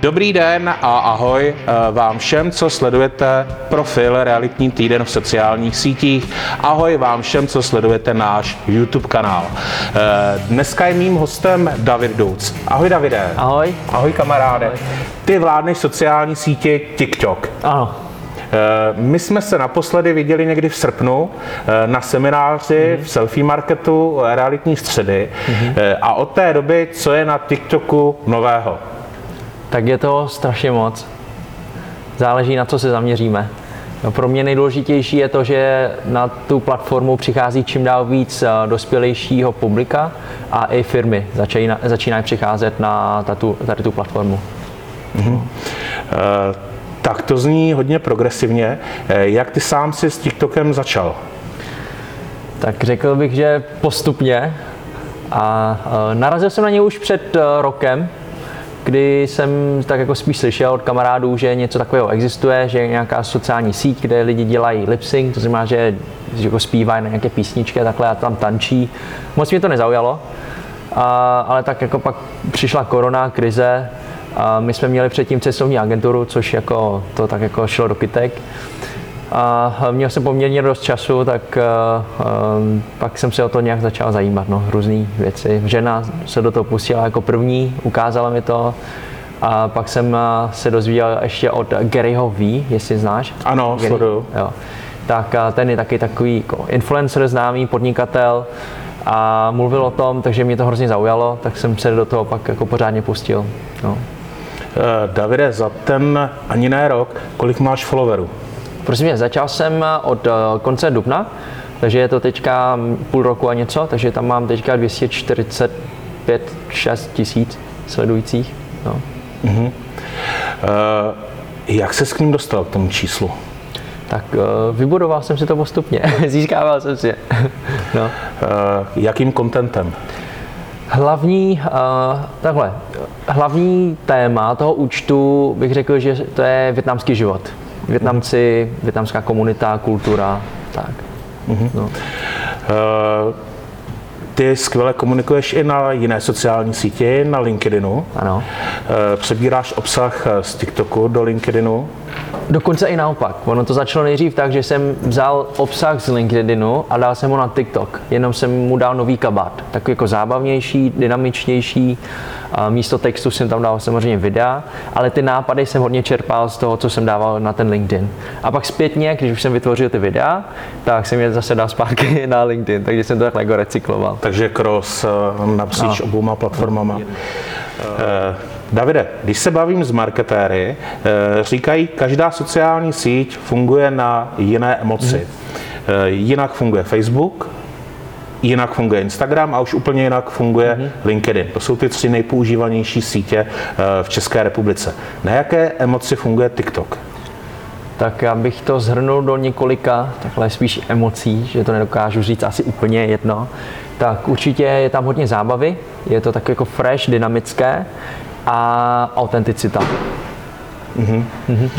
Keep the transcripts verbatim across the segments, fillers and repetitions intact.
Dobrý den a ahoj vám všem, co sledujete profil Realitní týden v sociálních sítích. Ahoj vám všem, co sledujete náš YouTube kanál. Dneska je mým hostem David Duc. Ahoj Davide. Ahoj. Ahoj kamaráde. Ahoj. Ty vládneš sociální sítě TikTok. Ano. My jsme se naposledy viděli někdy v srpnu na semináři mm-hmm. v Selfie Marketu Realitní středy mm-hmm. a od té doby, co je na TikToku nového? Tak je to strašně moc. Záleží, na co se zaměříme. No, pro mě nejdůležitější je to, že na tu platformu přichází čím dál víc dospělejšího publika a i firmy začínají, začínají přicházet na tatu, tady tu platformu. Mm-hmm. Uh, tak to zní hodně progresivně. Jak ty sám si s TikTokem začal? Tak řekl bych, že postupně. A uh, narazil jsem na něj už před uh, rokem, kdy jsem tak jako spíš slyšel od kamarádů, že něco takového existuje, že je nějaká sociální síť, kde lidi dělají lip-sync, to znamená, že, že jako zpívají na nějaké písničky a takhle a tam tančí. Moc mě to nezaujalo, a, ale tak jako pak přišla korona, krize a my jsme měli předtím cestovní agenturu, což jako to tak jako šlo do kytek. A měl jsem poměrně dost času, tak uh, um, pak jsem se o to nějak začal zajímat, no, různé věci. Žena se do toho pustila jako první, ukázala mi to a pak jsem uh, se dozvěděl ještě od Garyho V, jestli znáš. Ano, Gary, sleduju. Jo. Tak uh, ten je taky takový jako influencer, známý podnikatel a mluvil o tom, takže mě to hrozně zaujalo, tak jsem se do toho pak jako pořádně pustil. No. Uh, Davide, za ten ani ne rok, kolik máš followerů? Prosím mě, začal jsem od konce dubna, takže je to teďka půl roku a něco, takže tam mám teďka dvě stě čtyřicet pět šest tisíc sledujících. No. Uh-huh. Uh, jak ses k ním dostal, k tomu číslu? Tak uh, vybudoval jsem si to postupně, získával jsem si je. No. Uh, jakým contentem? Hlavní, uh, takhle, hlavní téma toho účtu bych řekl, že to je vietnamský život. Vietnamci, vietnamská komunita, kultura, tak. Uh-huh. No. Uh, ty skvěle komunikuješ i na jiné sociální síti, na LinkedInu. Ano. Uh, přebíráš obsah z TikToku do LinkedInu. Dokonce i naopak. Ono to začalo nejdřív tak, že jsem vzal obsah z LinkedInu a dal jsem ho na TikTok. Jenom jsem mu dal nový kabát. Takový jako zábavnější, dynamičnější. A místo textu jsem tam dal samozřejmě videa, ale ty nápady jsem hodně čerpal z toho, co jsem dával na ten LinkedIn. A pak zpětně, když už jsem vytvořil ty videa, tak jsem je zase dal zpátky na LinkedIn, takže jsem to takhle jako recykloval. Takže cross napříč no. obouma platformama. No. Uh, Davide, když se bavím s marketéry, říkají, každá sociální síť funguje na jiné emoci. Mm. Jinak funguje Facebook, jinak funguje Instagram a už úplně jinak funguje mm. LinkedIn. To jsou ty tři nejpoužívanější sítě v České republice. Na jaké emoci funguje TikTok? Tak já bych to shrnul do několika takhle spíš emocí, že to nedokážu říct asi úplně jedno. Tak určitě je tam hodně zábavy, je to tak jako fresh, dynamické a autenticita. Mm-hmm. Mm-hmm.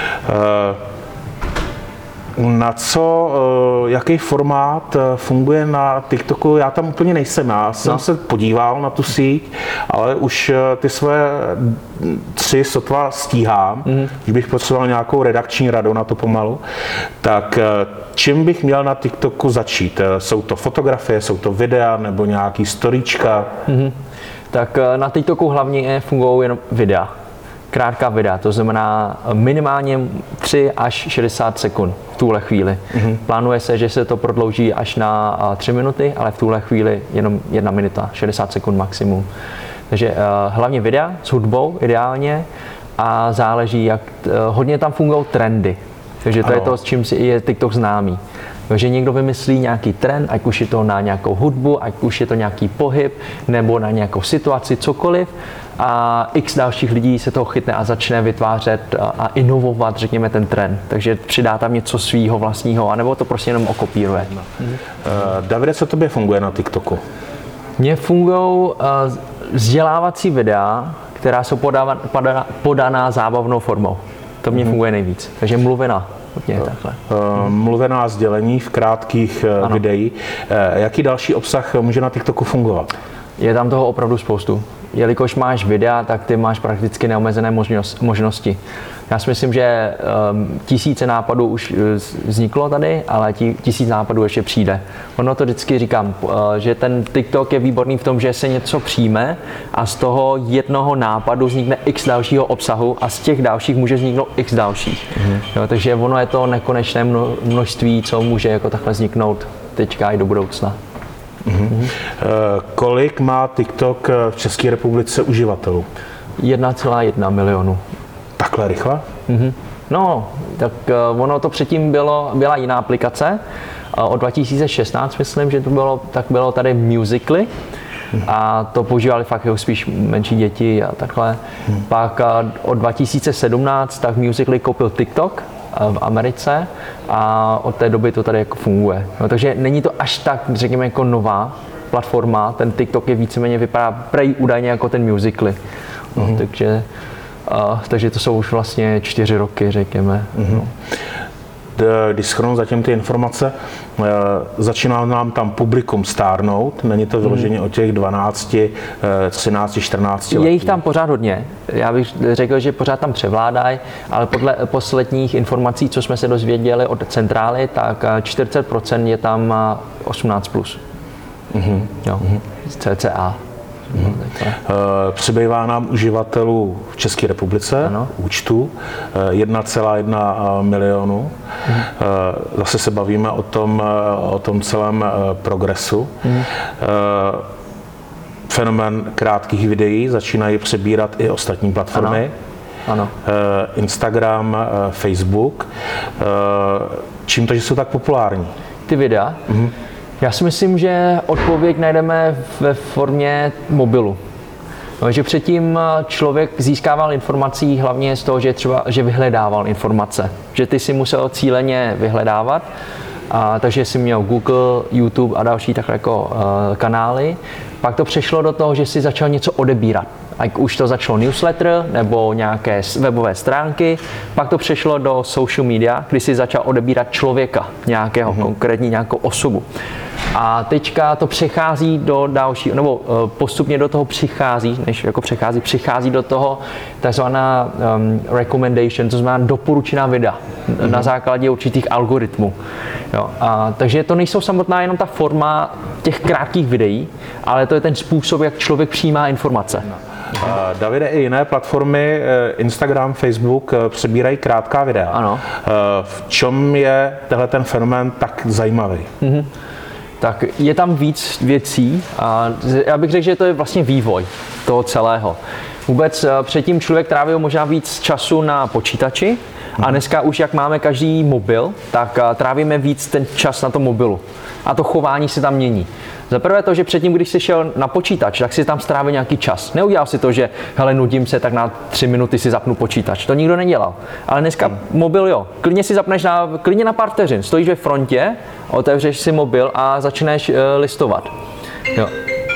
Uh, na co, uh, jaký formát funguje na TikToku? Já tam úplně nejsem. Já jsem no. se podíval na tu síť, ale už uh, ty své tři sotva stíhám. Mm-hmm. Když bych potřeboval nějakou redakční radu na to pomalu, tak uh, čím bych měl na TikToku začít? Jsou to fotografie, jsou to videa nebo nějaký storíčka? Mm-hmm. Tak na TikToku hlavně fungují jen videa, krátká videa, to znamená minimálně tři až šedesát sekund v tuhle chvíli. Mm-hmm. Plánuje se, že se to prodlouží až na tři minuty, ale v tuhle chvíli jenom jedna minuta, šedesát sekund maximum. Takže uh, hlavně videa s hudbou ideálně a záleží, jak uh, hodně tam fungují trendy. Takže to ano. je to, s čím je TikTok známý. Takže někdo vymyslí nějaký trend, ať už je to na nějakou hudbu, ať už je to nějaký pohyb, nebo na nějakou situaci, cokoliv. A x dalších lidí se toho chytne a začne vytvářet a inovovat, řekněme, ten trend. Takže přidá tam něco svýho vlastního, anebo to prostě jenom okopíruje. Mhm. Uh, Davide, co tobě funguje na TikToku? Mně fungují uh, vzdělávací videa, která jsou podáva, podaná, podaná zábavnou formou. To mně mhm. funguje nejvíc. Takže mluvina. Hodně takhle. Uh, mluvená sdělení v krátkých uh, videích. Uh, jaký další obsah může na TikToku fungovat? Je tam toho opravdu spoustu. jelikož máš videa, tak ty máš prakticky neomezené možnost, možnosti. Já si myslím, že um, tisíce nápadů už vzniklo tady, ale tí, tisíc nápadů ještě přijde. Ono to vždycky říkám, uh, že ten TikTok je výborný v tom, že se něco přijme a z toho jednoho nápadu vznikne x dalšího obsahu a z těch dalších může vzniknout x dalších. Mm. Jo, takže ono je to nekonečné množství, co může jako takhle vzniknout teďka i do budoucna. Mm-hmm. Mm-hmm. Kolik má TikTok v České republice uživatelů? jedna celá jedna milionu. Takhle rychle? Mm-hmm. No, tak uh, ono to předtím bylo, byla jiná aplikace. Uh, od dva tisíce šestnáct myslím, že to bylo, tak bylo tady Musical.ly. Mm-hmm. A to používali fakt jako spíš menší děti a takhle. Mm-hmm. Pak uh, od dva tisíce sedmnáct tak Musical.ly koupil TikTok v Americe a od té doby to tady jako funguje. No, takže není to až tak, řekněme, jako nová platforma, ten TikTok je víceméně vypadá prej údajně jako ten Musical.ly. No, mm-hmm. takže, uh, takže to jsou už vlastně čtyři roky, řekněme. Mm-hmm. No. Když shrnu zatím ty informace, začíná nám tam publikum stárnout, není to vyloženě o těch dvanácti, třinácti, čtrnácti let. Je jich tam pořád hodně. Já bych řekl, že pořád tam převládají, ale podle posledních informací, co jsme se dozvěděli od centrály, tak čtyřicet procent je tam osmnáct plus. Mm-hmm. Jo, mm-hmm. cca. Hmm. Přibývá nám uživatelů v České republice, ano. účtu jedna celá jedna milionu. Hmm. Zase se bavíme o tom, o tom celém progresu. Hmm. Fenomén krátkých videí začínají přebírat i ostatní platformy. Ano. Ano. Instagram, Facebook. Čím to, že jsou tak populární? Ty videa? Hmm. Já si myslím, že odpověď najdeme ve formě mobilu. No, že předtím člověk získával informací hlavně z toho, že třeba že vyhledával informace. Že ty si musel cíleně vyhledávat, a, takže si měl Google, YouTube a další takové jako uh, kanály. Pak to přešlo do toho, že si začal něco odebírat. Ať už to začalo newsletter nebo nějaké webové stránky, pak to přešlo do social media, kdy si začal odebírat člověka, nějakého mm-hmm. konkrétní nějakou osobu. A teďka to přechází do dalšího, nebo postupně do toho přichází, než jako přechází, přichází do toho takzvaná um, recommendation, to znamená doporučená videa mm-hmm. na základě určitých algoritmů. Jo, a, takže to nejsou samotná jenom ta forma těch krátkých videí, ale to je ten způsob, jak člověk přijímá informace. Uh, Davide, i jiné platformy, Instagram, Facebook, přebírají krátká videa. Ano. Uh, v čem je tenhle ten fenomén tak zajímavý? Mm-hmm. Tak je tam víc věcí a já bych řekl, že to je vlastně vývoj toho celého. Vůbec předtím člověk trávil možná víc času na počítači a dneska už jak máme každý mobil, tak trávíme víc ten čas na tom mobilu. A to chování se tam mění. Za prvé to, že předtím, když jsi šel na počítač, tak si tam strávil nějaký čas. Neudělal si to, že hele, nudím se, tak na tři minuty si zapnu počítač. To nikdo nedělal. Ale dneska hmm. mobil jo. Klidně si zapneš na, klidně na pár vteřin. Stojíš ve frontě, otevřeš si mobil a začneš uh, listovat. Jo.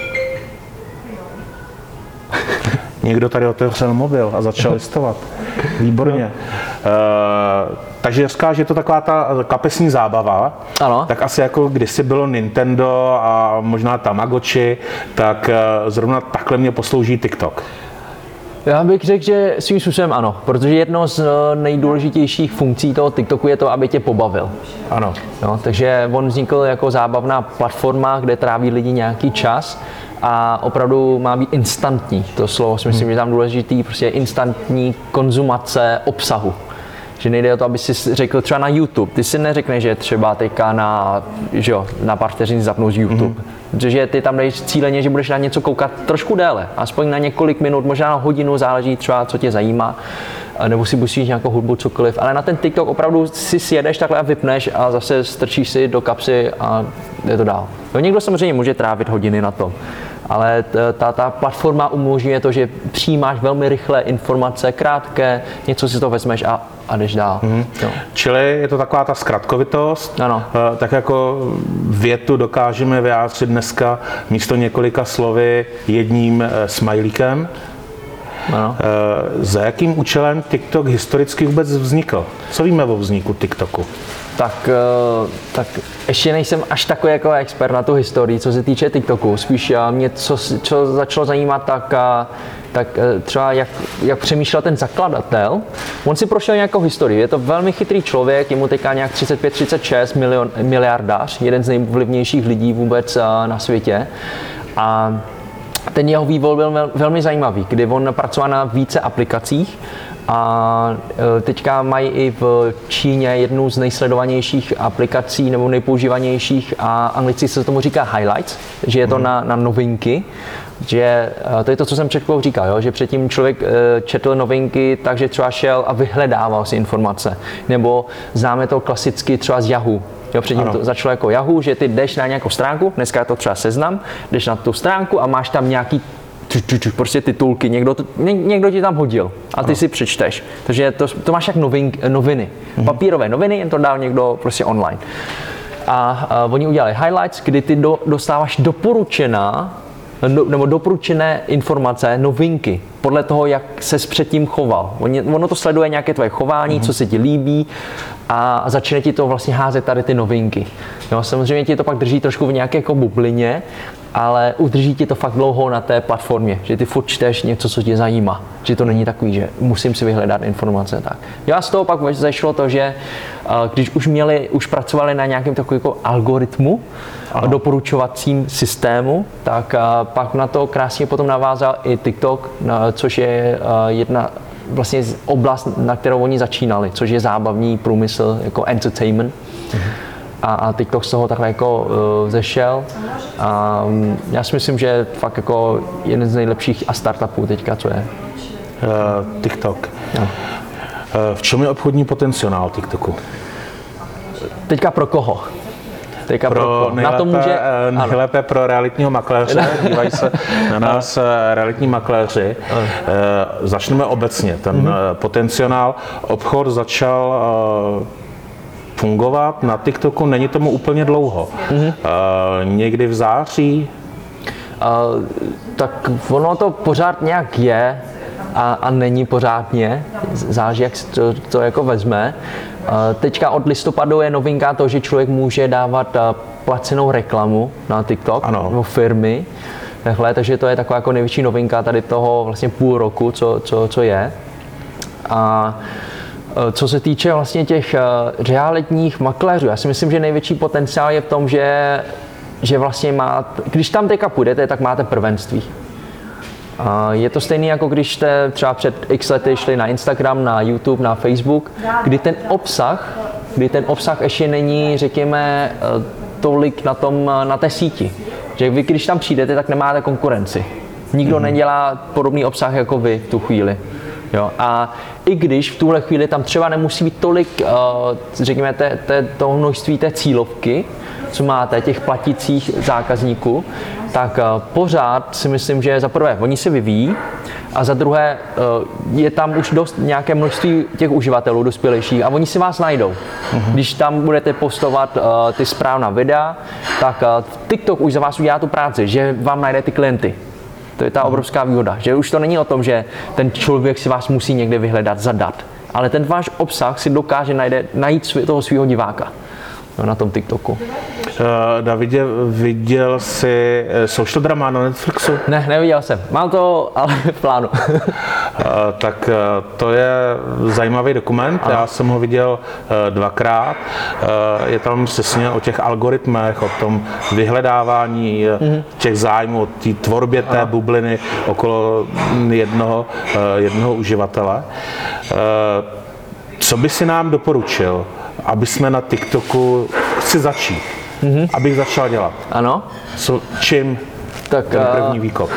Někdo tady otevřel mobil a začal listovat. Výborně. Uh, takže říká, že je to taková ta kapesní zábava. Ano. Tak asi jako kdysi bylo Nintendo a možná Tamagotchi, tak uh, zrovna takhle mě poslouží TikTok. Já bych řekl, že svým způsobem ano, protože jedno z nejdůležitějších funkcí toho TikToku je to, aby tě pobavil. Ano. No, takže on vznikl jako zábavná platforma, kde tráví lidi nějaký čas a opravdu má být instantní. To slovo si myslím, hmm. že tam důležitý, prostě je instantní konzumace obsahu. Že nejde o to, aby si řekl třeba na YouTube. Ty si neřekneš, že třeba teďka na, že jo, na pár vteřin zapnout YouTube. Mm-hmm. Protože ty tam jdeš cíleně, že budeš na něco koukat trošku déle. Aspoň na několik minut, možná na hodinu, záleží třeba, co tě zajímá. Nebo si pustíš nějakou hudbu, cokoliv. Ale na ten TikTok opravdu si sjedeš takhle a vypneš a zase strčíš si do kapsy a jde to dál. No, někdo samozřejmě může trávit hodiny na tom. Ale ta, ta platforma umožňuje to, že přijímáš velmi rychle informace, krátké, něco si to vezmeš a, a jdeš dál. Mm-hmm. No. Čili je to taková ta zkratkovitost, ano. Tak jako větu dokážeme vyjádřit dneska místo několika slovy jedním smajlíkem. Ano. Za jakým účelem TikTok historicky vůbec vznikl? Co víme o vzniku TikToku? Tak, tak ještě nejsem až takový jako expert na tu historii, co se týče TikToku. Spíš mě, co, co začalo zajímat, tak, tak třeba jak, jak přemýšlel ten zakladatel. On si prošel nějakou historii. Je to velmi chytrý člověk, je mu teďka nějak třicet pět třicet šest milion, miliardář, jeden z nejvlivnějších lidí vůbec na světě. A ten jeho vývoj byl velmi zajímavý, kdy on pracoval na více aplikacích. A teďka mají i v Číně jednu z nejsledovanějších aplikací nebo nejpoužívanějších a anglicky se tomu říká highlights, že je to na, na novinky. Že, to je to, co jsem před chvílou říkal, jo? Že předtím člověk četl novinky, takže třeba šel a vyhledával si informace. Nebo známe to klasicky třeba z Yahoo. Jo, předtím ano. To začalo jako Yahoo, že ty jdeš na nějakou stránku, dneska je to třeba Seznam, jdeš na tu stránku a máš tam nějaký prostě titulky, někdo, někdo ti tam hodil a ty ano. si přečteš. Takže to, to máš jak novin, noviny. Mm-hmm. Papírové noviny, jen to dal někdo prostě online. A, a oni udělali highlights, kdy ty do, dostáváš doporučená do, nebo doporučené informace, novinky, podle toho, jak ses předtím choval. Oni, ono to sleduje nějaké tvoje chování, mm-hmm. co se ti líbí a začne ti to vlastně házet tady ty novinky. Jo, samozřejmě ti to pak drží trošku v nějaké jako bublině, ale udrží ti to fakt dlouho na té platformě, že ty furt čteš něco, co tě zajímá, že to není takový, že musím si vyhledat informace. Tak. Já z toho pak zešlo to, že když už měli, už pracovali na nějakém takovém jako algoritmu, ano. doporučovacím systému, tak pak na to krásně potom navázal i TikTok, což je jedna vlastně oblast, na kterou oni začínali, což je zábavní průmysl, jako entertainment. Mhm. A, a TikTok z toho takhle jako uh, zešel. A um, já si myslím, že je fakt jako jeden z nejlepších a startupů teďka, co je. Uh, TikTok. No. Uh, v čem je obchodní potenciál TikToku? Teďka pro koho? Teďka pro, pro nejlépe, na to může, nejlépe pro realitního makléře, dívají se na nás realitní makléři. Uh, začneme obecně. Ten uh-huh. potenciál, obchod začal uh, fungovat na TikToku, není tomu úplně dlouho. Mm-hmm. Uh, někdy v září? Uh, tak ono to pořád nějak je a, a není pořádně, záleží, jak to, to jako vezme. Uh, teďka od listopadu je novinka to, že člověk může dávat uh, placenou reklamu na TikTok, nebo firmy. Takhle, takže to je taková jako největší novinka tady toho vlastně půl roku, co, co, co je. A co se týče vlastně těch realitních makléřů, já si myslím, že největší potenciál je v tom, že, že vlastně máte, když tam teďka půjdete, tak máte prvenství. A je to stejné, jako když jste třeba před x lety šli na Instagram, na YouTube, na Facebook, kdy ten obsah, kdy ten obsah ještě není, řekněme, tolik na, tom, na té síti. Že vy, když tam přijdete, tak nemáte konkurenci. Nikdo mm-hmm. nedělá podobný obsah jako vy v tu chvíli. Jo, a i když v tuhle chvíli tam třeba nemusí být tolik, uh, řekněme, té, té, toho množství té cílovky, co máte, těch platících zákazníků, tak uh, pořád si myslím, že za prvé, oni se vyvíjí a za druhé uh, je tam už dost nějaké množství těch uživatelů dospělejších a oni si vás najdou. Mm-hmm. Když tam budete postovat uh, ty správná videa, tak uh, TikTok už za vás udělá tu práci, že vám najde ty klienty. To je ta obrovská výhoda, že už to není o tom, že ten člověk si vás musí někde vyhledat, zadat, ale ten váš obsah si dokáže najde, najít svý, toho svého diváka no, na tom TikToku. Uh, Davidě, viděl jsi Social Drama na Netflixu? Ne, neviděl jsem. Mám to ale v plánu. uh, tak uh, to je zajímavý dokument. Ano. Já jsem ho viděl uh, dvakrát. Uh, je tam přesně o těch algoritmech, o tom vyhledávání mm-hmm. těch zájmů, o té tvorbě té ano. bubliny okolo jednoho, uh, jednoho uživatele. Uh, co by si nám doporučil, aby jsme na TikToku chci začít? Mm-hmm. Abych začal dělat. Ano. So, čím? Tak ten první výkop.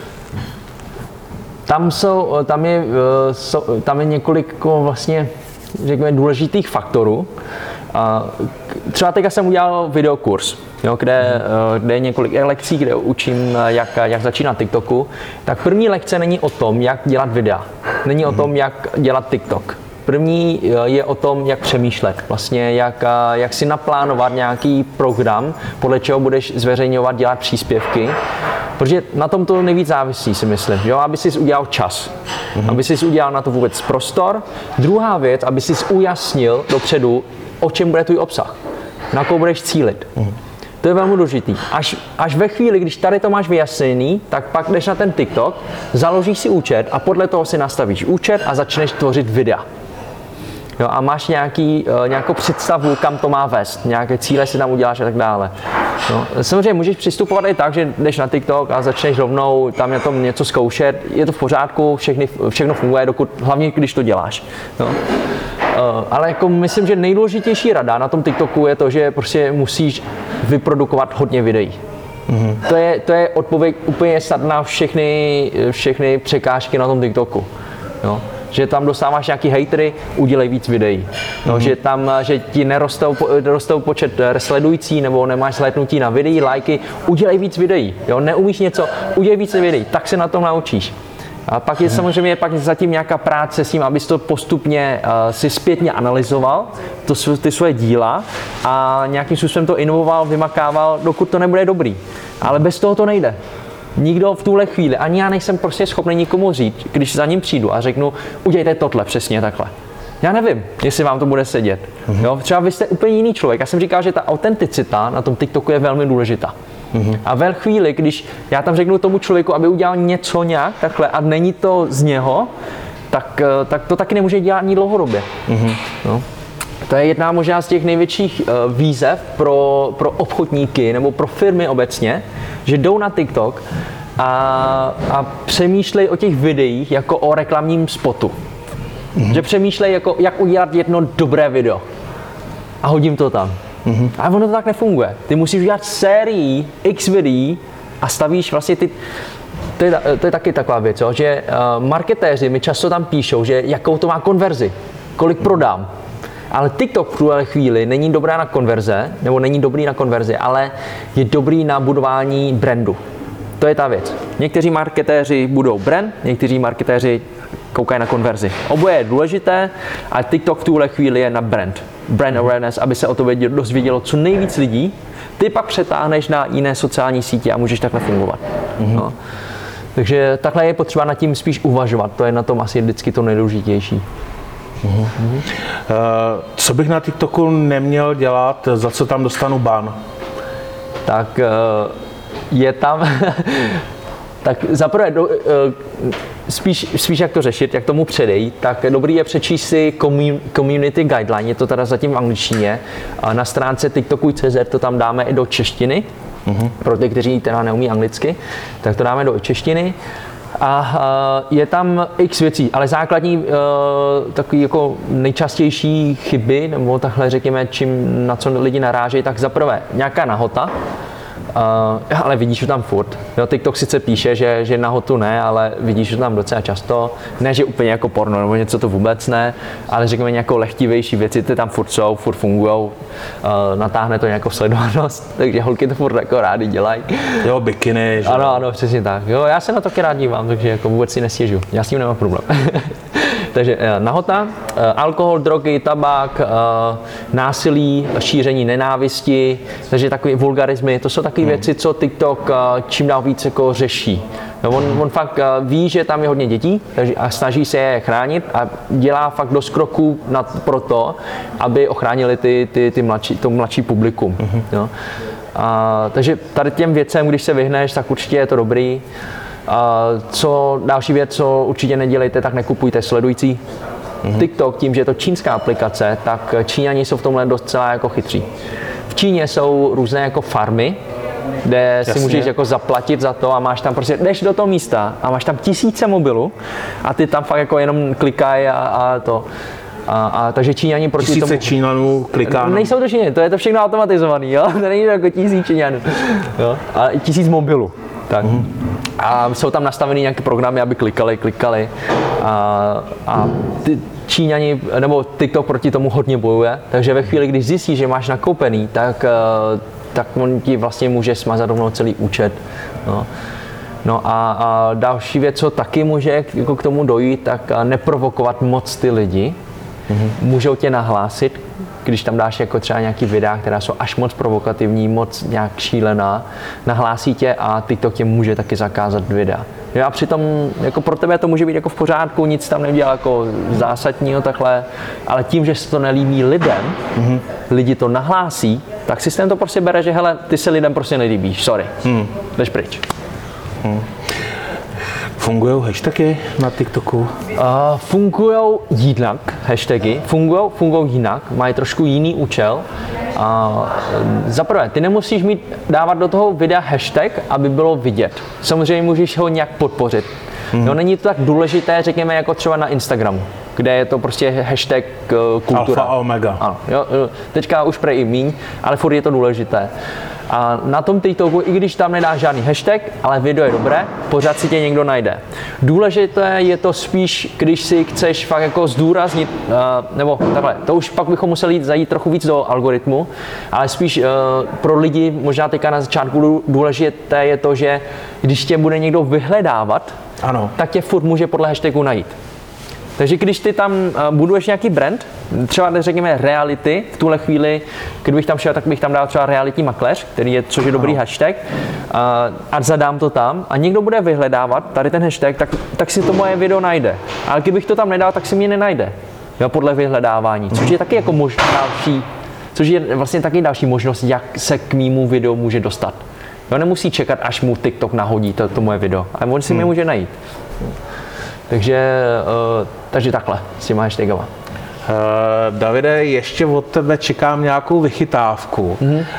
Tam jsou, tam je, tam je několik vlastně, řekněme, důležitých faktorů. Třeba teďka jsem udělal videokurs, jo, kde, mm. kde je několik lekcí, kde učím, jak, jak začínat TikToku. Tak první lekce není o tom, jak dělat videa. Není mm. o tom, jak dělat TikTok. První je o tom, jak přemýšlet, vlastně jak, jak si naplánovat nějaký program, podle čeho budeš zveřejňovat, dělat příspěvky, protože na tom to nejvíc závisí, si myslím, jo? Aby jsi udělal čas, mm-hmm. aby jsi udělal na to vůbec prostor. Druhá věc, aby jsi ujasnil dopředu, o čem bude tvůj obsah, na koho budeš cílit. Mm. To je velmi důležitý. Až, až ve chvíli, když tady to máš vyjasněný, tak pak jdeš na ten TikTok, založíš si účet a podle toho si nastavíš účet a začneš tvořit videa. Jo, a máš nějaký, uh, nějakou představu, kam to má vést, nějaké cíle si tam uděláš a tak dále. No, samozřejmě můžeš přistupovat i tak, že jdeš na TikTok a začneš rovnou tam na tom něco zkoušet, je to v pořádku, všechny, všechno funguje, dokud, hlavně když to děláš. No. Uh, ale jako myslím, že nejdůležitější rada na tom TikToku je to, že prostě musíš vyprodukovat hodně videí. Mm-hmm. To je, to je odpověď úplně snad na všechny, všechny překážky na tom TikToku. Jo. Že tam dostáváš nějaký hejtry, udělej víc videí. No, mm-hmm. Že tam, že ti nerostou, nerostou počet sledující nebo nemáš slétnutí na videí, lajky, udělej víc videí. Jo, neumíš něco, udělej víc videí, tak se na tom naučíš. A pak je samozřejmě pak zatím nějaká práce s tím, abys to postupně uh, si zpětně analyzoval, to, ty svoje díla a nějakým způsobem to inovoval, vymakával, dokud to nebude dobrý. Ale bez toho to nejde. Nikdo v tuhle chvíli, ani já nejsem prostě schopný nikomu říct, když za ním přijdu a řeknu, udějte tohle, přesně takhle. Já nevím, jestli vám to bude sedět. Mm-hmm. Jo, třeba vy jste úplně jiný člověk. Já jsem říkal, že ta autenticita na tom TikToku je velmi důležitá. Mm-hmm. A ve chvíli, když já tam řeknu tomu člověku, aby udělal něco nějak takhle a není to z něho, tak, tak to taky nemůže dělat ani dlouhodobě. Mm-hmm. No. To je jedna možná z těch největších uh, výzev pro, pro obchodníky nebo pro firmy obecně, že jdou na TikTok a, a přemýšlejí o těch videích jako o reklamním spotu. Mm-hmm. Že přemýšlejí, jako, jak udělat jedno dobré video. A hodím to tam. Mm-hmm. Ale ono to tak nefunguje. Ty musíš udělat sérii x videí a stavíš vlastně ty... To je, to je taky taková věc, jo? Že uh, marketéři mi často tam píšou, že jakou to má konverzi, kolik prodám. Ale TikTok v tuhle chvíli není dobrá na konverze, nebo není dobrý na konverzi, ale je dobrý na budování brandu. To je ta věc. Někteří marketéři budou brand, někteří marketéři koukají na konverzi. Oboje je důležité, ale TikTok v tuhle chvíli je na brand. Brand awareness, aby se o to dozvědělo co nejvíc lidí. Ty pak přetáhneš na jiné sociální sítě a můžeš takhle fungovat. Mm-hmm. No. Takže takhle je potřeba nad tím spíš uvažovat. To je na tom asi vždycky to nejdůležitější. Uhum. Uh, co bych na TikToku neměl dělat, za co tam dostanu ban? Tak uh, je tam, tak zaprvé uh, spíš, spíš jak to řešit, jak tomu předejít, tak dobrý je přečíst si community guideline, je to teda zatím v angličtině, na stránce tiktoku tečka cé zet to tam dáme i do češtiny, uhum. Pro ty, kteří teda neumí anglicky, tak to dáme do češtiny. A uh, je tam x věcí, ale základní uh, takový jako nejčastější chyby, nebo takhle řekněme, čím, na co lidi narážejí, tak zaprvé nějaká nahota, uh, ale vidíš to tam furt. Jo, TikTok sice píše, že, že nahotu ne, ale vidíš to tam docela často. Ne, že úplně jako porno nebo něco to vůbec ne, ale řekněme nějakou lehtivější věci, ty tam furt jsou, furt fungujou, uh, natáhne to nějakou sledovanost, takže holky to furt jako rádi dělají. Jo, bikiny, že? Ano, ano, přesně tak. Jo, já se na to taky rád dívám, takže jako vůbec si nestěžuji. Já s tím nemám problém. Takže nahota, alkohol, drogy, tabák, násilí, šíření nenávisti, takže takové vulgarismy, to jsou takové hmm. věci, co TikTok čím dál víc jako řeší. No, on, on fakt ví, že tam je hodně dětí takže, a snaží se je chránit a dělá fakt dost kroků pro to, aby ochránili ty, ty, ty mladší, to mladší publikum. Hmm. Jo. A, takže tady těm věcem, když se vyhneš, tak určitě je to dobrý. A co další věc, co určitě nedělejte, tak nekupujte sledující. Mm-hmm. TikTok, tím, že je to čínská aplikace, tak Číňani jsou v tomhle docela jako chytří. V Číně jsou různé jako farmy, kde Jasně. si můžeš jako zaplatit za to a máš tam prostě, jdeš do toho místa a máš tam tisíce mobilů a ty tam fakt jako jenom klikají a, a to. A, a takže Číňani proti tisíce tomu... Tisíce Číňanů kliká. Nejsou to Číňani, to je to všechno automatizovaný, jo? To není jako tisíc Číňanů, jo? A tisíc mobilů. Tak. Mm-hmm. A jsou tam nastavený nějaké programy, aby klikali, klikali. A, a ty Číňani, nebo TikTok proti tomu hodně bojuje, takže ve chvíli, když zjistíš, že máš nakoupený, tak, tak on ti vlastně může smazat rovnou celý účet. No. No a, a další věc, co taky může jako k tomu dojít, tak neprovokovat moc ty lidi. Mm-hmm. Můžou tě nahlásit, když tam dáš jako třeba nějaký videa, která jsou až moc provokativní, moc nějak šílená, nahlásí tě a TikTok tě může taky zakázat videa. Jo, a přitom jako pro tebe to může být jako v pořádku, nic tam neudělal jako zásadního takhle, ale tím, že se to nelíbí lidem, mm-hmm. lidi to nahlásí, tak systém to prostě bere, že hele, ty se lidem prostě nelíbíš, sorry, mm. jdeš pryč. Mm. Fungujou hashtagy na TikToku? Uh, fungujou jinak, hashtagy, fungujou, fungujou jinak, mají trošku jiný účel. Uh, za prvé, ty nemusíš mít, dávat do toho videa hashtag, aby bylo vidět. Samozřejmě můžeš ho nějak podpořit. Mm. No, není to tak důležité, řekněme, jako třeba na Instagramu, kde je to prostě hashtag uh, kultura. Alfa a omega. Ano, jo, teďka už prej i míň, ale furt je to důležité. A na tom TikToku, i když tam nedáš žádný hashtag, ale video je dobré, pořád si tě někdo najde. Důležité je to spíš, když si chceš fakt jako zdůraznit, uh, nebo takhle, to už pak bychom museli jít, zajít trochu víc do algoritmu, ale spíš uh, pro lidi, možná teďka na začátku důležité je to, že když tě bude někdo vyhledávat, ano. tak tě furt může podle hashtagu najít. Takže když ty tam uh, buduješ nějaký brand, třeba řekněme reality, v tuhle chvíli, kdybych tam šel, tak bych tam dal třeba reality makléř, který je, což je dobrý ano. hashtag, uh, a zadám to tam a někdo bude vyhledávat tady ten hashtag, tak, tak si to moje video najde. Ale kdybych to tam nedal, tak si mě nenajde, jo, podle vyhledávání, což je taky jako možná další, což je vlastně taky další možnost, jak se k mému videu může dostat. Jo, nemusí čekat, až mu TikTok nahodí to, to moje video, ale on si hmm. mě může najít. Takže, uh, takže takhle s těma hashtagama. Uh, Davide, ještě od tebe čekám nějakou vychytávku. Mm-hmm. Uh,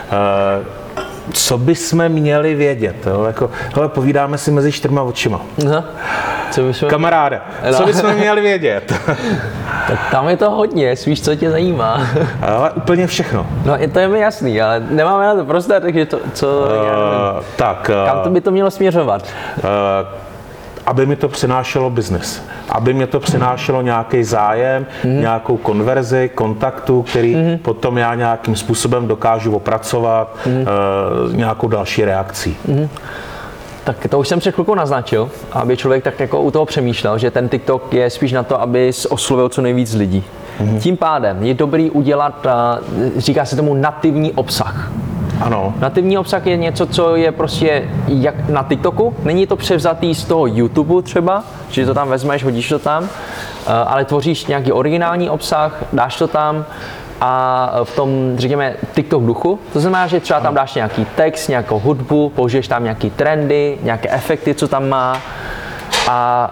co bychom měli vědět? Jo? Jako, hele, povídáme si mezi čtyřma očima. Uh-huh. Co bychom... Kamaráde, no. co bychom měli vědět? Tak tam je to hodně, víš, co tě zajímá. Ale úplně všechno. No, to je mi jasný, ale nemáme na to prostor, takže to, co... Uh, tak... Uh, kam to by to mělo směřovat? Uh, aby mi to přinášelo biznis, aby mě to přinášelo nějaký zájem, mm. nějakou konverzi, kontaktu, který mm. potom já nějakým způsobem dokážu opracovat, mm. uh, nějakou další reakcí. Mm. Tak to už jsem před chvilkou naznačil, aby člověk tak jako u toho přemýšlel, že ten TikTok je spíš na to, aby oslovil co nejvíc lidí. Mm. Tím pádem je dobrý udělat, říká se tomu nativní obsah. Ano. Nativní obsah je něco, co je prostě jak na TikToku. Není to převzatý z toho YouTube třeba, že to tam vezmeš, hodíš to tam, ale tvoříš nějaký originální obsah, dáš to tam a v tom, řekněme, TikTok duchu. To znamená, že třeba tam dáš nějaký text, nějakou hudbu, použiješ tam nějaký trendy, nějaké efekty, co tam má a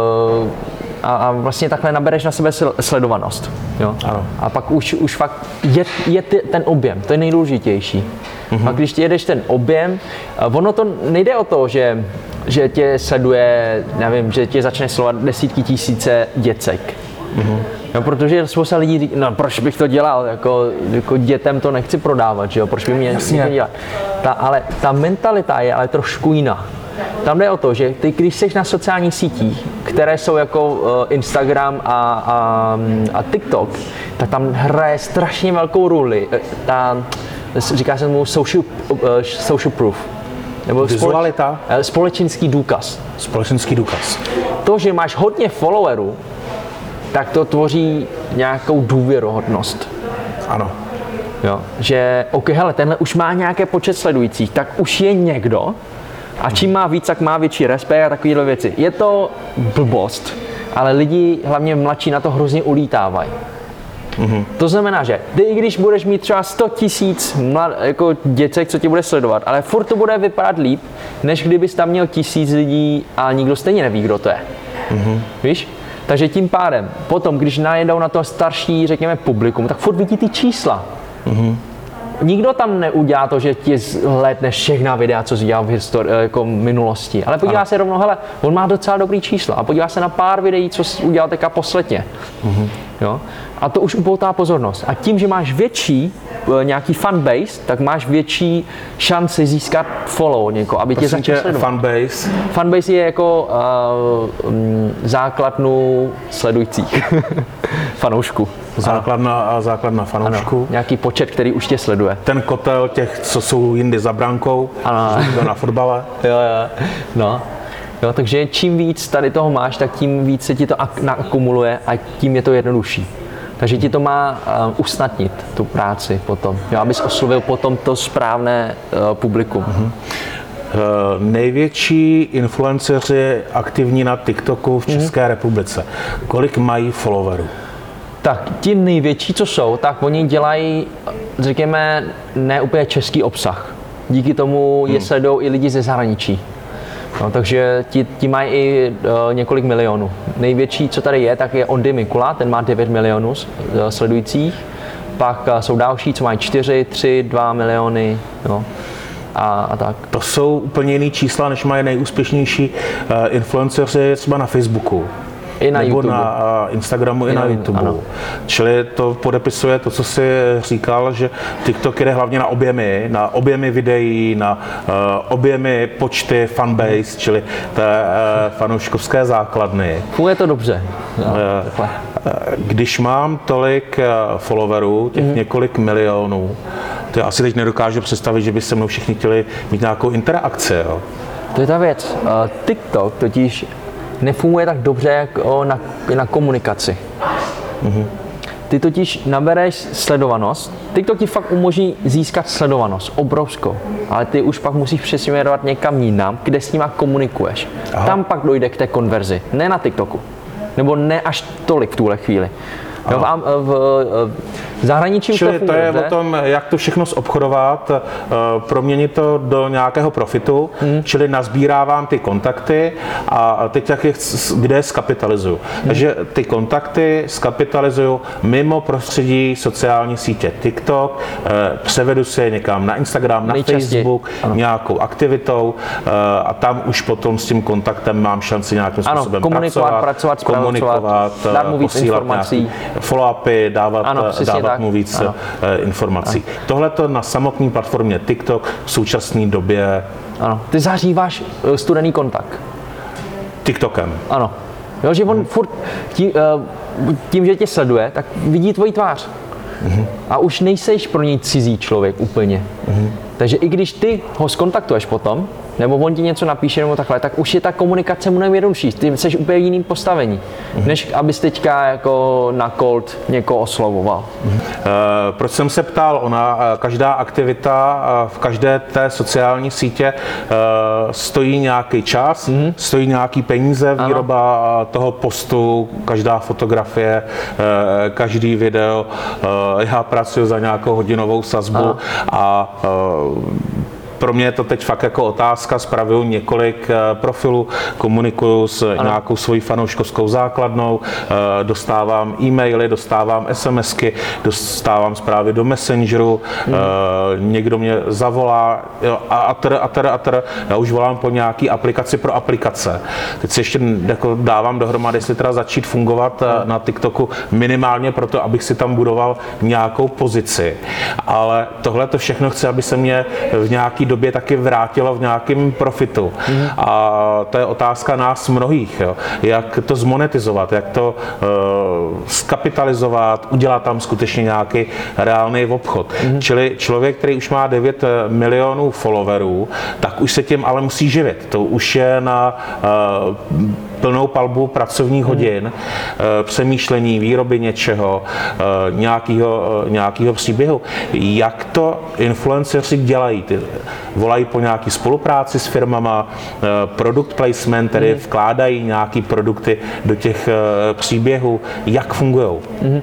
A, a vlastně takhle nabereš na sebe sledovanost. Jo? Ano. A pak už, už fakt je, je ty, ten objem, to je nejdůležitější. Mm-hmm. A když ti jedeš ten objem, ono to nejde o to, že, že tě sleduje, nevím, že tě začne sledovat desítky tisíce děcek. Mm-hmm. No, protože spousta lidí říká, no proč bych to dělal, jako, jako dětem to nechci prodávat, že jo? Proč by mě to dělat. Ta, ale ta mentalita je ale trošku jiná. Tam jde o to, že ty, když jsi na sociálních sítích, které jsou jako uh, Instagram a, a, a TikTok, tak tam hraje strašně velkou roli. Ta, říká se mu social, uh, social proof. Nebo vizualita. Společ, společenský důkaz. Společenský důkaz. To, že máš hodně followerů, tak to tvoří nějakou důvěrohodnost. Ano. Jo, že, ok, hele, tenhle už má nějaký počet sledujících, tak už je někdo, a čím má víc, tak má větší respekt a takovéhle věci. Je to blbost, ale lidi, hlavně mladší, na to hrozně ulítávají. Mm-hmm. To znamená, že ty, i když budeš mít třeba sto tisíc jako děcek, co tě bude sledovat, ale furt to bude vypadat líp, než kdybys tam měl tisíc lidí a nikdo stejně neví, kdo to je. Mm-hmm. Víš? Takže tím pádem, potom, když najedou na to starší, řekněme, publikum, tak furt vidí ty čísla. Mm-hmm. Nikdo tam neudělá to, že ti zhlédne všechna videa, co jsi dělal v histori- jako minulosti. Ale podívá ano. se rovnou, hele, on má docela dobrý čísla a podívá se na pár videí, co jsi udělal teďka posledně. Mm-hmm. Jo? A to už upoutá pozornost. A tím, že máš větší nějaký fanbase, tak máš větší šanci získat follow někoho, aby tě začal sledovat. Fanbase? Fanbase je jako uh, um, základnu sledujících. Fanoušku. Základna a základna fanoušku. Ano, nějaký počet, který už tě sleduje. Ten kotel těch, co jsou jindy za brankou, ano. na fotbale. Jo, jo. No. Jo, takže čím víc tady toho máš, tak tím víc se ti to ak- naakumuluje a tím je to jednodušší. Takže ti to má uh, usnadnit tu práci potom, jo, abys oslovil potom to správné uh, publikum. Mm-hmm. největší influenceři aktivní na TikToku v České mm. republice, kolik mají followerů? Tak ti největší, co jsou, tak oni dělají, řekněme, ne úplně český obsah. Díky tomu je hmm. sledují i lidi ze zahraničí. No, takže ti, ti mají i uh, několik milionů. Největší, co tady je, tak je Ondy Mikula, ten má devět milionů uh, sledujících. Pak uh, jsou další, co mají čtyři, tři, dva miliony. No. A, a tak. To jsou úplně jiný čísla, než mají nejúspěšnější uh, influenceři třeba na Facebooku. I na nebo YouTube. na Instagramu, i, i na, na YouTube. Ano. Čili to podepisuje to, co jsi říkal, že TikTok jde hlavně na objemy, na objemy videí, na uh, objemy počty fanbase, hmm. čili té uh, fanouškovské základny. Funguje to dobře. No, uh, když mám tolik uh, followerů, těch hmm. několik milionů, to já asi teď nedokážu představit, že by se mnou všichni chtěli mít nějakou interakci. Jo? To je ta věc. Uh, TikTok totiž nefunguje tak dobře jako na, na komunikaci. Mm-hmm. Ty totiž nabereš sledovanost, TikTok ti fakt umožní získat sledovanost, obrovskou, ale ty už pak musíš přesměrovat někam jinam, kde s nima komunikuješ. Aha. Tam pak dojde k té konverzi, ne na TikToku, nebo ne až tolik v tuhle chvíli. Jo, v, v, v zahraničí Čili to, to je dobře. O tom, jak to všechno zobchodovat, proměnit to do nějakého profitu, mm. čili nazbírávám ty kontakty a teď jak je, kde je skapitalizuju. Mm. Takže ty kontakty skapitalizuju mimo prostředí sociální sítě TikTok, převedu si je někam na Instagram, na Nejčastěji. Facebook, ano. nějakou aktivitou a tam už potom s tím kontaktem mám šanci nějakým způsobem ano, komunikovat, pracovat, komunikovat, dát mu víc posílat informací. Follow-upy, dávat, ano, dávat mu víc ano. informací. Tohle to na samotné platformě TikTok v současné době. Ano, ty zahříváš studený kontakt. TikTokem. Ano. Jo, že on hmm. furt tím, tím, že tě sleduje, tak vidí tvoji tvář. Hmm. A už nejseš pro něj cizí člověk úplně. Hmm. Takže i když ty ho skontaktuješ potom, nebo on ti něco napíše nebo takhle, tak už je ta komunikace mnohem jednodušší. Ty jsi úplně v jiným postavení, mm-hmm. než abys teďka jako na cold někoho oslovoval. Mm-hmm. E, proč jsem se ptal, ona, každá aktivita v každé té sociální sítě e, stojí nějaký čas, mm-hmm. stojí nějaký peníze, výroba ano. toho postu, každá fotografie, e, každý video. E, já pracuji za nějakou hodinovou sazbu ano. a e, pro mě je to teď fakt jako otázka, spravuju několik profilů, komunikuju s ano. nějakou svojí fanouškovskou základnou, dostávám e-maily, dostávám SMSky, dostávám zprávy do Messengeru, hmm. někdo mě zavolá jo, a atr, atr, atr, já už volám po nějaký aplikaci pro aplikace. Teď si ještě jako dávám dohromady, jestli teda začít fungovat hmm. na TikToku minimálně proto, abych si tam budoval nějakou pozici. Ale tohle to všechno chci, aby se mě v nějaký době taky vrátilo v nějakém profitu. Mm. A to je otázka nás mnohých, jo. Jak to zmonetizovat, jak to uh, skapitalizovat, udělat tam skutečně nějaký reálný obchod. Mm. Čili člověk, který už má devět milionů followerů, tak už se tím ale musí živit. To už je na uh, plnou palbu pracovních hodin, hmm. přemýšlení, výroby něčeho, nějakého, nějakého příběhu. Jak to influenceři dělají? Ty volají po nějaké spolupráci s firmama, product placement, tedy hmm. vkládají nějaké produkty do těch příběhů. Jak fungujou? Hmm.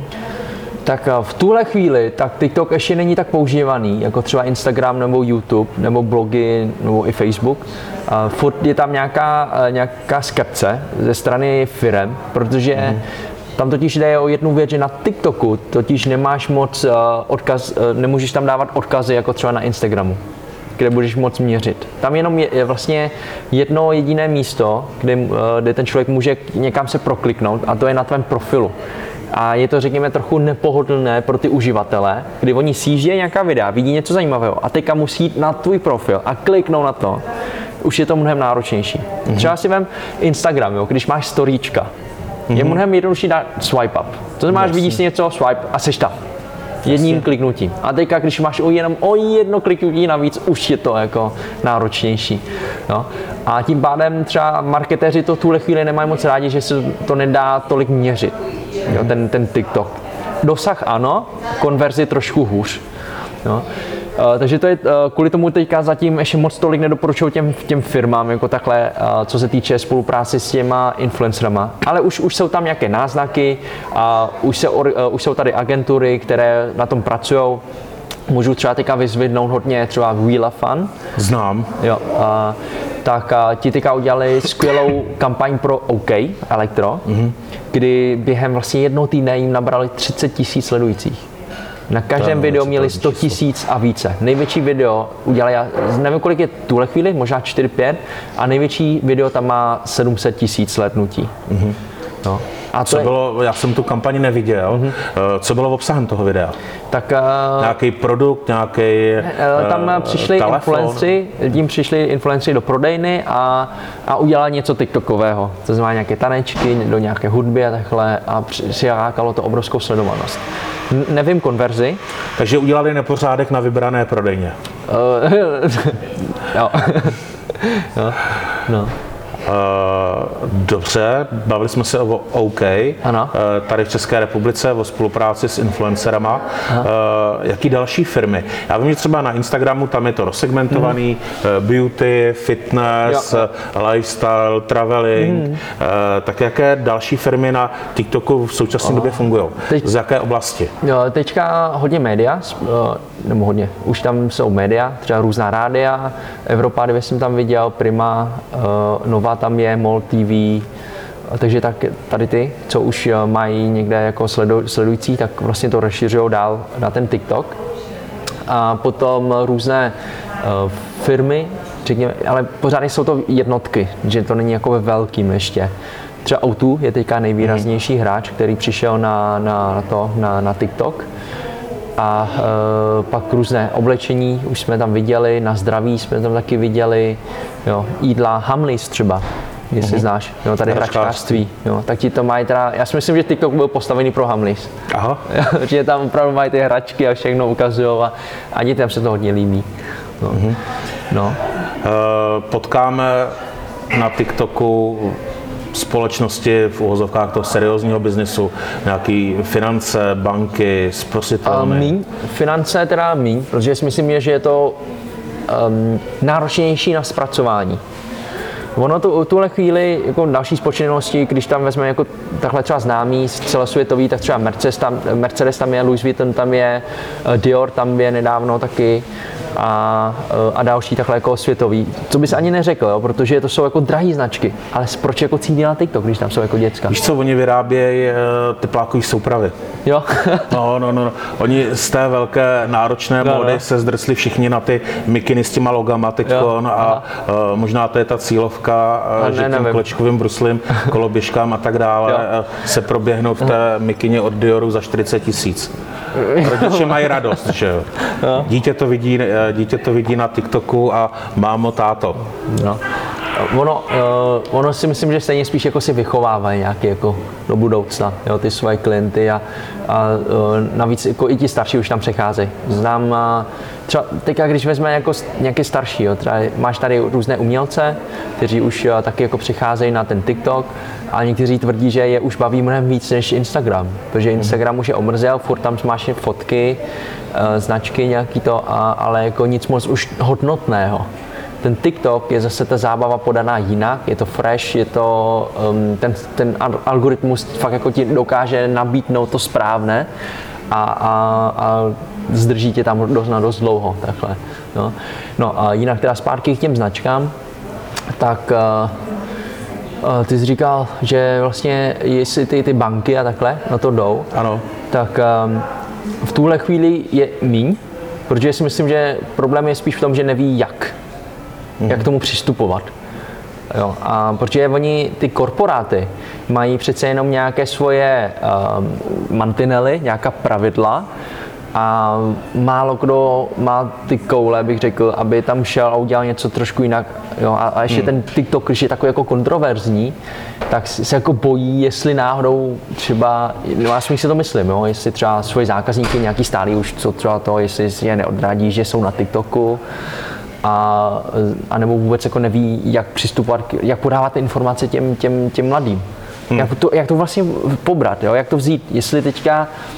Tak v tuhle chvíli tak TikTok ještě není tak používaný, jako třeba Instagram nebo YouTube, nebo blogy, nebo i Facebook. Uh, furt je tam nějaká, uh, nějaká skepce ze strany firem, protože mm. tam totiž jde o jednu věc, že na TikToku totiž nemáš moc uh, odkaz, uh, nemůžeš tam dávat odkazy jako třeba na Instagramu, kde budeš moc měřit. Tam jenom je, je vlastně jedno jediné místo, kde, uh, kde ten člověk může někam se prokliknout, a to je na tvém profilu. A je to, řekněme, trochu nepohodlné pro ty uživatele, kdy oni sjíždějí nějaká videa, vidí něco zajímavého a teďka musí jít na tvůj profil a kliknou na to. Už je to mnohem náročnější. Mm-hmm. Třeba si vem Instagram, jo, když máš storíčka. Mm-hmm. Je mnohem jednodušší dát swipe up. To znamená, že vidíš si něco, swipe a seš tam. Jedním Jasně. kliknutím. A teďka, když máš o jenom o jedno kliknutí navíc, už je to jako náročnější. No. A tím pádem třeba marketéři to v tuhle chvíli nemají moc rádi, že se to nedá tolik měřit. Jo, ten, ten TikTok. Dosah ano, konverzi trošku hůř. No. Uh, takže to je, uh, kvůli tomu teďka zatím ještě moc tolik nedoporučuju těm, těm firmám, jako takhle, uh, co se týče spolupráce s těma influencerama. Ale už, už jsou tam nějaké náznaky a už, se, uh, už jsou tady agentury, které na tom pracují. Můžu třeba teďka vyzvednout hodně třeba Wheel of Fun. Znám. Jo, uh, tak uh, ti teďka udělali skvělou kampaň pro OK Elektro, mm-hmm. kdy během vlastně jednoho týdne jim nabrali třicet tisíc sledujících. Na každém to, videu měli sto tisíc a více. Největší video udělali, já nevím kolik je tuhle chvíli, možná čtyři pět, a největší video tam má sedm set tisíc slednutí. Mm-hmm. No. A co je... bylo, já jsem tu kampani neviděl, mm-hmm. co bylo obsahem toho videa? Tak, uh, nějaký produkt, nějaký uh, tam uh, přišli influenceři, tím přišli influenceři do prodejny a, a udělali něco TikTokového. To znamená nějaké tanečky do nějaké hudby a takhle a přilákalo to obrovskou sledovanost. N- nevím konverzi. Takže udělali nepořádek na vybrané prodejně. Uh, jo. jo. No. Uh, dobře, bavili jsme se o OK, ano. Uh, tady v České republice o spolupráci s influencerama. Uh, jaký další firmy? Já vím, že třeba na Instagramu tam je to rozsegmentovaný, mm. uh, beauty, fitness, jo. lifestyle, traveling. Mm. Uh, tak jaké další firmy na TikToku v současné oh. době fungují? Teď, z jaké oblasti? Jo, teďka hodně média, nebo hodně, už tam jsou média, třeba různá rádia, Evropa, kdyby jsem tam viděl, Prima, uh, Nova tam je, MOL T V, takže tak tady ty, co už mají někde jako sledu, sledující, tak vlastně to rozšiřují dál na ten TikTok. A potom různé uh, firmy, řekněme, ale pořád jsou to jednotky, že to není jako ve velkým ještě. Třeba O dva je teďka nejvýraznější hráč, který přišel na, na, to, na, na TikTok. A e, pak různé oblečení, už jsme tam viděli, na zdraví jsme tam taky viděli, jo, jídla, Hamleys třeba, jestli mm-hmm. znáš, jo, tady hračkářství, jo, tak ti to mají teda, já si myslím, že TikTok byl postavený pro Hamleys. Aha. Že tam opravdu mají ty hračky a všechno ukazují a, a dětem se to hodně líbí. No. Mm-hmm. No. E, potkáme na TikToku společnosti v uvozovkách toho seriózního biznesu, nějaký finance, banky, zprostitelny? Míň, finance teda míň, protože si myslím, že je to um, náročnější na zpracování. Ono to, tuhle chvíli jako další společnosti, když tam vezmeme jako takhle třeba známý, celosvětový, tak třeba Mercedes tam, Mercedes tam je, Louis Vuitton tam je, Dior tam je nedávno taky a, a další takhle jako světový. Co bys ani neřekl, jo, protože to jsou jako drahé značky, ale proč jako cílí na TikTok, když tam jsou jako děcka? Víš co, oni vyrábějí teplákový soupravy. Jo? no, no, no, no. Oni z té velké náročné no, módy no. se zdrsli všichni na ty mikiny s těma logama teďkon a uh, možná to je ta cílovka, a že ne, tím kolečkovým bruslím, koloběžkám a tak dále jo. se proběhnou v té mikině od Dioru za čtyřicet tisíc. Rodiče mají radost, že jo. Dítě to vidí, dítě to vidí na TikToku a mámo, táto. No. Ono, uh, ono si myslím, že stejně spíš jako si vychovávají nějaký jako do budoucna, jo, ty svoje klienty a, a uh, navíc jako i ti starší už tam přecházejí. Znám uh, třeba teďka, když vezme jako nějaký starší, jo, třeba máš tady různé umělce, kteří už uh, taky jako přicházejí na ten TikTok a někteří tvrdí, že je už baví mnohem víc než Instagram, protože Instagram už je omrzel, furt tam máš fotky, uh, značky nějaký to, a, ale jako nic moc už hodnotného. Ten TikTok je zase ta zábava podaná jinak, je to fresh, je to, um, ten, ten algoritmus fakt jako ti dokáže nabídnout to správné a, a, a zdrží tě tam dost na dost dlouho, takhle. No. No a jinak teda zpátky k těm značkám, tak uh, uh, ty jsi říkal, že vlastně jestli ty, ty banky a takhle na to jdou, ano. tak um, v tuhle chvíli je míň, protože si myslím, že problém je spíš v tom, že neví jak. Jak k tomu přistupovat. Jo, a protože oni, ty korporáty, mají přece jenom nějaké svoje um, mantinely, nějaká pravidla a málo kdo má ty koule, bych řekl, aby tam šel a udělal něco trošku jinak. Jo, a, a ještě hmm. ten TikTok, když je takový jako kontroverzní, tak se jako bojí, jestli náhodou třeba, no já si to myslím, jo, jestli třeba svoje zákazníky nějaký stálý už, co třeba to, jestli je neodradí, že jsou na TikToku, a, a nebo vůbec jako neví, jak přistupovat, jak podávat informace těm, těm, těm mladým. Hmm. Jak, to, jak to vlastně pobrat, jo? Jak to vzít, jestli teďka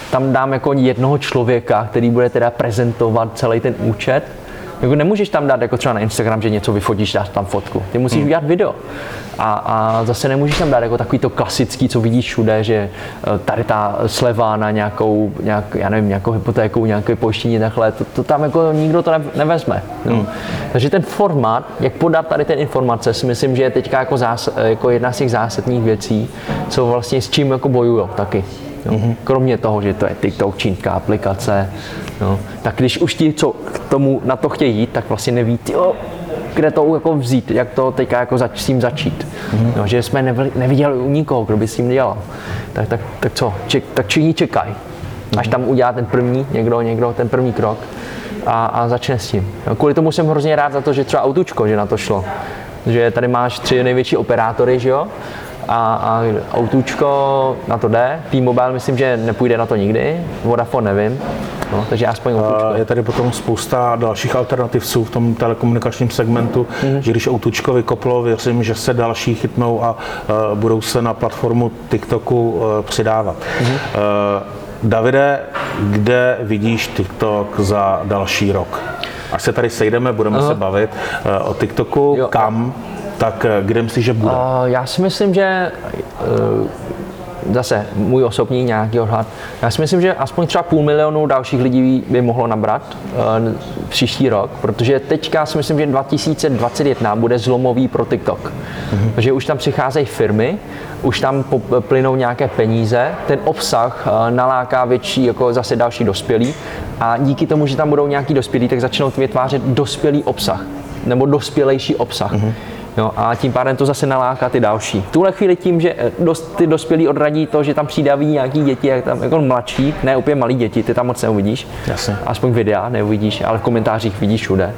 tam dám jako jednoho člověka, který bude teda prezentovat celý ten účet. Jako nemůžeš tam dát jako třeba na Instagram, že něco vyfotíš, dáš tam fotku. Ty musíš hmm. udělat video. A, a zase nemůžeš tam dát jako takový to klasický, co vidíš všude, že tady ta sleva na nějakou, nějak, já nevím, nějakou hypotéku, nějaké pojištění, takhle, to, to tam jako nikdo to nevezme. No. Hmm. Takže ten formát, jak podat tady ten informace, si myslím, že je teďka jako, zás, jako jedna z těch zásadních věcí, co vlastně s čím jako bojujou taky. No. Mm-hmm. Kromě toho, že to je TikTok, čínská aplikace, no. Tak když už ti, co k tomu na to chtějí jít, tak vlastně neví, tyjo, kde to jako vzít, jak to teďka jako zač, s tím začít. Mm-hmm. No, že jsme neviděli u nikoho, kdo by s tím dělal. Tak, tak, tak co, Ček, tak všichni čekají, mm-hmm. až tam udělá ten první, někdo, někdo, ten první krok a, a začne s tím. No, kvůli tomu jsem hrozně rád za to, že třeba Autučko, že na to šlo. Že tady máš tři největší operátory, že jo? A, a Autučko na to jde, T-Mobile myslím, že nepůjde na to nikdy, Vodafone nevím, no, takže aspoň Autučko. Je tady potom spousta dalších alternativců v tom telekomunikačním segmentu, mm-hmm. že když Autučko vykoplo, věřím, že se další chytnou a uh, budou se na platformu TikToku uh, přidávat. Mm-hmm. Uh, Davide, kde vidíš TikTok za další rok? Až se tady sejdeme, budeme uh-huh. se bavit uh, o TikToku, jo. Kam? Tak kde myslíš, že bude? Uh, já si myslím, že uh, zase můj osobní nějaký odhad. Já si myslím, že aspoň třeba půl milionu dalších lidí by mohlo nabrat uh, příští rok, protože teďka si myslím, že dva tisíce dvacet jedna bude zlomový pro TikTok. Mm-hmm. Takže už tam přicházejí firmy, už tam plynou nějaké peníze, ten obsah uh, naláká větší, jako zase další dospělí a díky tomu, že tam budou nějaký dospělí, tak začnou vytvářet dospělý obsah nebo dospělejší obsah. Mm-hmm. Jo, a tím pádem to zase naláká ty další. V tuhle chvíli tím, že dost, ty dospělí odradí to, že tam přidaví nějaký děti, jak tam, jako mladší, ne úplně malí děti, ty tam moc neuvidíš. Jasně. Aspoň videa neuvidíš, ale v komentářích vidíš všude.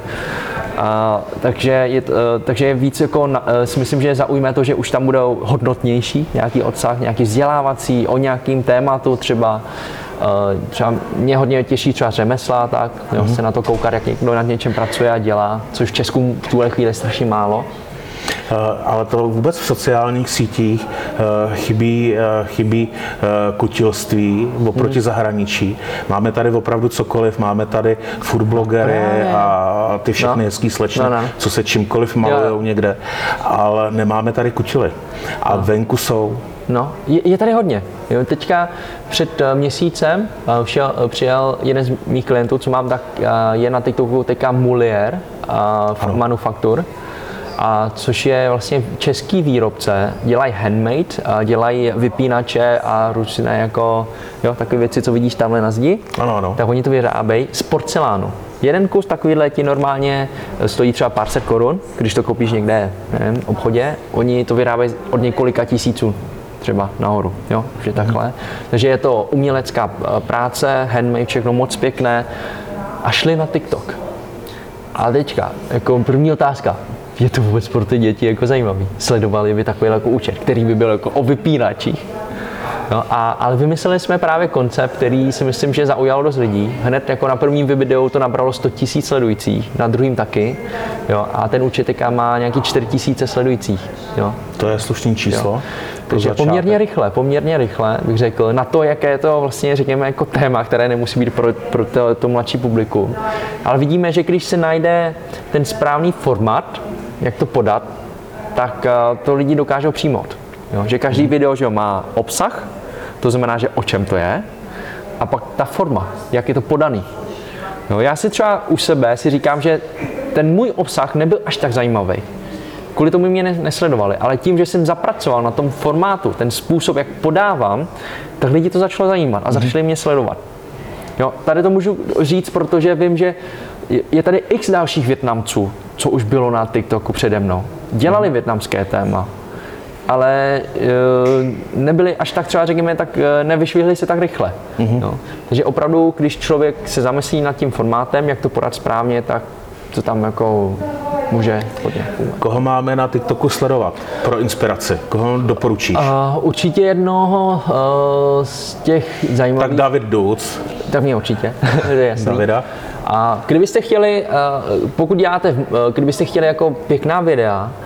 A, takže, je, takže je víc jako, si myslím, že zaujme to, že už tam budou hodnotnější nějaký obsah, nějaký vzdělávací o nějakým tématu třeba. Třeba mě hodně těší třeba řemesla, tak jo, mm-hmm. se na to koukat, jak někdo nad něčem pracuje a dělá, což v Česku v tuhle chvíli je strašně málo. Ale to vůbec v sociálních sítích chybí, chybí kutilství oproti hmm. zahraničí. Máme tady opravdu cokoliv, máme tady foodblogery a ty všechny no. hezký slečny, no, no. co se čímkoliv malujou někde, ale nemáme tady kutily. A no. venku jsou. No, je, je tady hodně. Jo, teďka před měsícem všel, přijel jeden z mých klientů, co mám, tak je na TikToku teďka Mulier Manufaktur. A což je vlastně český výrobce, dělají handmade, dělají vypínače a různé jako, jo, takové věci, co vidíš tamhle na zdi, ano, ano. tak oni to vyrábějí z porcelánu. Jeden kus takovýhle ti normálně stojí třeba pár set korun, když to koupíš někde nevím, v obchodě, oni to vyrábějí od několika tisíců třeba nahoru, jo, že takhle. Hmm. Takže je to umělecká práce, handmade, všechno moc pěkné a šli na TikTok. A teďka, jako první otázka, je to vůbec pro ty děti jako zajímavý. Sledovali by takový jako účet, který by byl jako o vypínačích. No, a, ale vymysleli jsme právě koncept, který si myslím, že zaujal dost lidí. Hned jako na prvním videu to nabralo sto tisíc sledujících, na druhým taky. Jo, a ten účet teďka má nějaký čtyři tisíce sledujících. Jo. To je slušný číslo. Jo. Takže poměrně rychle, poměrně rychle bych řekl, na to, jaké je to vlastně, řekněme, jako téma, které nemusí být pro, pro to, to mladší publikum. Ale vidíme, že když se najde ten správný formát, jak to podat, tak to lidi dokážou přijmout. Jo? Že každý hmm. video že má obsah, to znamená, že o čem to je, a pak ta forma, jak je to podaný. Jo? Já si třeba u sebe si říkám, že ten můj obsah nebyl až tak zajímavý. Kvůli tomu mě nesledovali, ale tím, že jsem zapracoval na tom formátu, ten způsob, jak podávám, tak lidi to začalo zajímat a začali mě sledovat. Jo? Tady to můžu říct, protože vím, že je tady x dalších Vietnamců, co už bylo na TikToku přede mnou. Dělali mm. vietnamské téma, ale e, nebyli až tak třeba, řekněme, tak e, nevyšvihli se tak rychle. Mm-hmm. No. Takže opravdu, když člověk se zamyslí nad tím formátem, jak to podat správně, tak to tam jako může hodně fungovat. Koho máme na TikToku sledovat pro inspiraci? Koho doporučíš? Uh, určitě jednoho uh, z těch zajímavých... Tak David Duc. Tak mě určitě, to je jasný. Davida. A kdybyste chtěli, pokud děláte, kdybyste chtěli jako pěkná videa,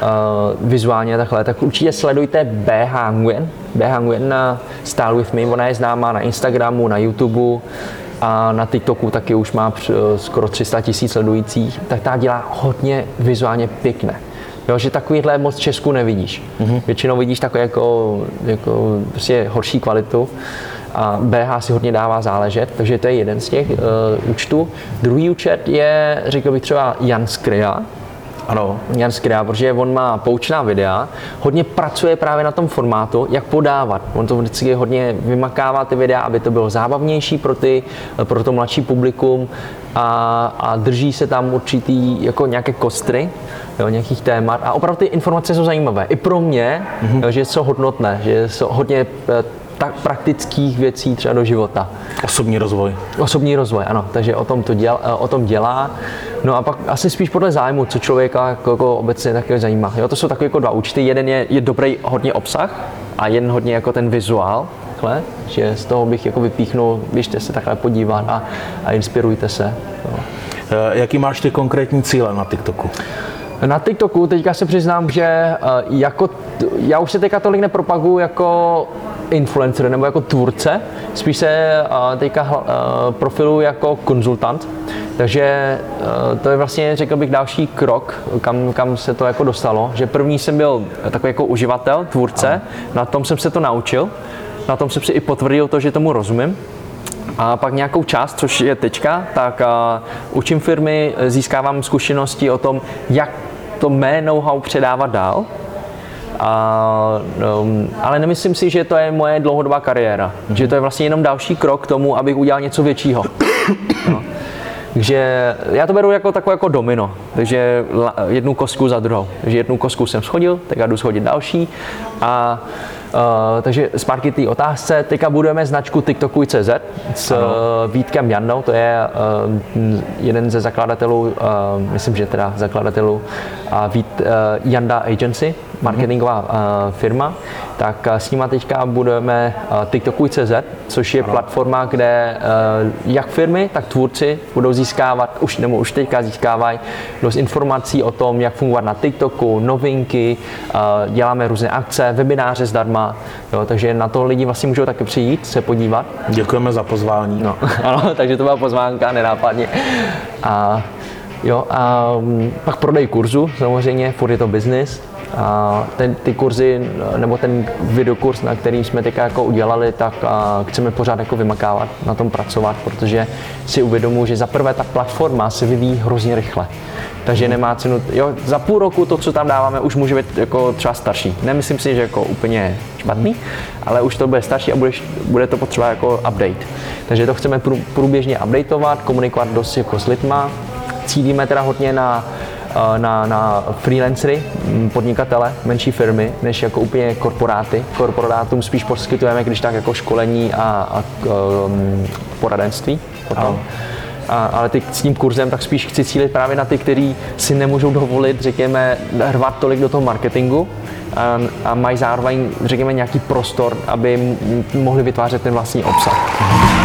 uh, vizuálně takhle, tak určitě sledujte B H Nguyen. B H Nguyen na Style with Me, ona je známá na Instagramu, na YouTube a na TikToku taky už má skoro tři sta tisíc sledujících, tak ta dělá hodně vizuálně pěkné. Jo, že takovýhle moc Česku nevidíš. Mm-hmm. Většinou vidíš takové jako, jako prostě horší kvalitu. A B H si hodně dává záležet, takže to je jeden z těch uh, účtů. Druhý účet je, řekl bych třeba Jan Skryja. Ano. Jan Skryja, protože on má poučná videa, hodně pracuje právě na tom formátu, jak podávat. On to vždycky hodně vymakává ty videa, aby to bylo zábavnější pro, ty, pro to mladší publikum a, a drží se tam určitý jako nějaké kostry, jo, nějakých témat a opravdu ty informace jsou zajímavé. I pro mě, mm-hmm. jo, že jsou hodnotné, že jsou hodně tak praktických věcí třeba do života. Osobní rozvoj. Osobní rozvoj, ano, takže o tom, to děl, o tom dělá. No a pak asi spíš podle zájmu, co člověka jako, jako obecně také zajímá. Jo, to jsou takové jako dva účty, jeden je, je dobrý hodně obsah a jeden hodně jako ten vizuál, takhle, že z toho bych jako vypíchnul, běžte se takhle podívat a, a inspirujte se. Jo. Jaký máš ty konkrétní cíle na TikToku? Na TikToku teďka se přiznám, že jako, já už se teďka tolik nepropaguju jako influencer nebo jako tvůrce, spíš se teďka profiluju jako konzultant, takže to je vlastně, řekl bych, další krok, kam, kam se to jako dostalo, že první jsem byl takový jako uživatel, tvůrce, na tom jsem se to naučil, na tom jsem si i potvrdil to, že tomu rozumím. A pak nějakou část, což je teďka, tak uh, učím firmy, získávám zkušenosti o tom, jak to mé know-how předávat dál. A, um, ale nemyslím si, že to je moje dlouhodobá kariéra. Mm-hmm. Že to je vlastně jenom další krok k tomu, abych udělal něco většího. No. Takže já to beru jako takové jako domino, takže jednu kostku za druhou. Takže jednu kostku jsem schodil, teď jdu schodit další. A Uh, takže zpátky k té otázce, teďka budujeme značku TikTokuj tečka cé zet s uh, Vítkem Jandou, to je uh, jeden ze zakladatelů, uh, myslím, že teda zakladatelů uh, Vít, uh, Janda Agency, marketingová uh, firma, tak uh, s nima teďka budujeme uh, TikTokuj tečka cé zet, což je ano. platforma, kde uh, jak firmy, tak tvůrci budou získávat, už nebo už teďka získávají dost informací o tom, jak fungovat na TikToku, novinky, uh, děláme různé akce, webináře zdarma. Jo, takže na to lidi vlastně můžou taky přijít, se podívat. Děkujeme za pozvání. No, ano, takže to byla pozvánka, nenápadně. A, jo, a pak prodej kurzu, samozřejmě, furt je to business. A ten, ty kurzy, nebo ten videokurs, na který jsme teďka jako udělali, tak a, chceme pořád jako vymakávat, na tom pracovat, protože si uvědomuji, že za prvé ta platforma se vyvíjí hrozně rychle. Takže nemá cenu, jo, za půl roku to, co tam dáváme, už může být jako třeba starší. Nemyslím si, že jako úplně špatný, ale už to bude starší a bude, bude to potřeba jako update. Takže to chceme průběžně updateovat, komunikovat dost jako s lidma. Cílíme teda hodně na, na, na freelancery, podnikatele, menší firmy, než jako úplně korporáty. Korporátům spíš poskytujeme, když tak jako školení a, a um, poradenství potom. A, ale ty, s tím kurzem tak spíš chci cílit právě na ty, kteří si nemůžou dovolit, řekněme, hrvat tolik do toho marketingu a, a mají zároveň, řekněme, nějaký prostor, aby mohli vytvářet ten vlastní obsah.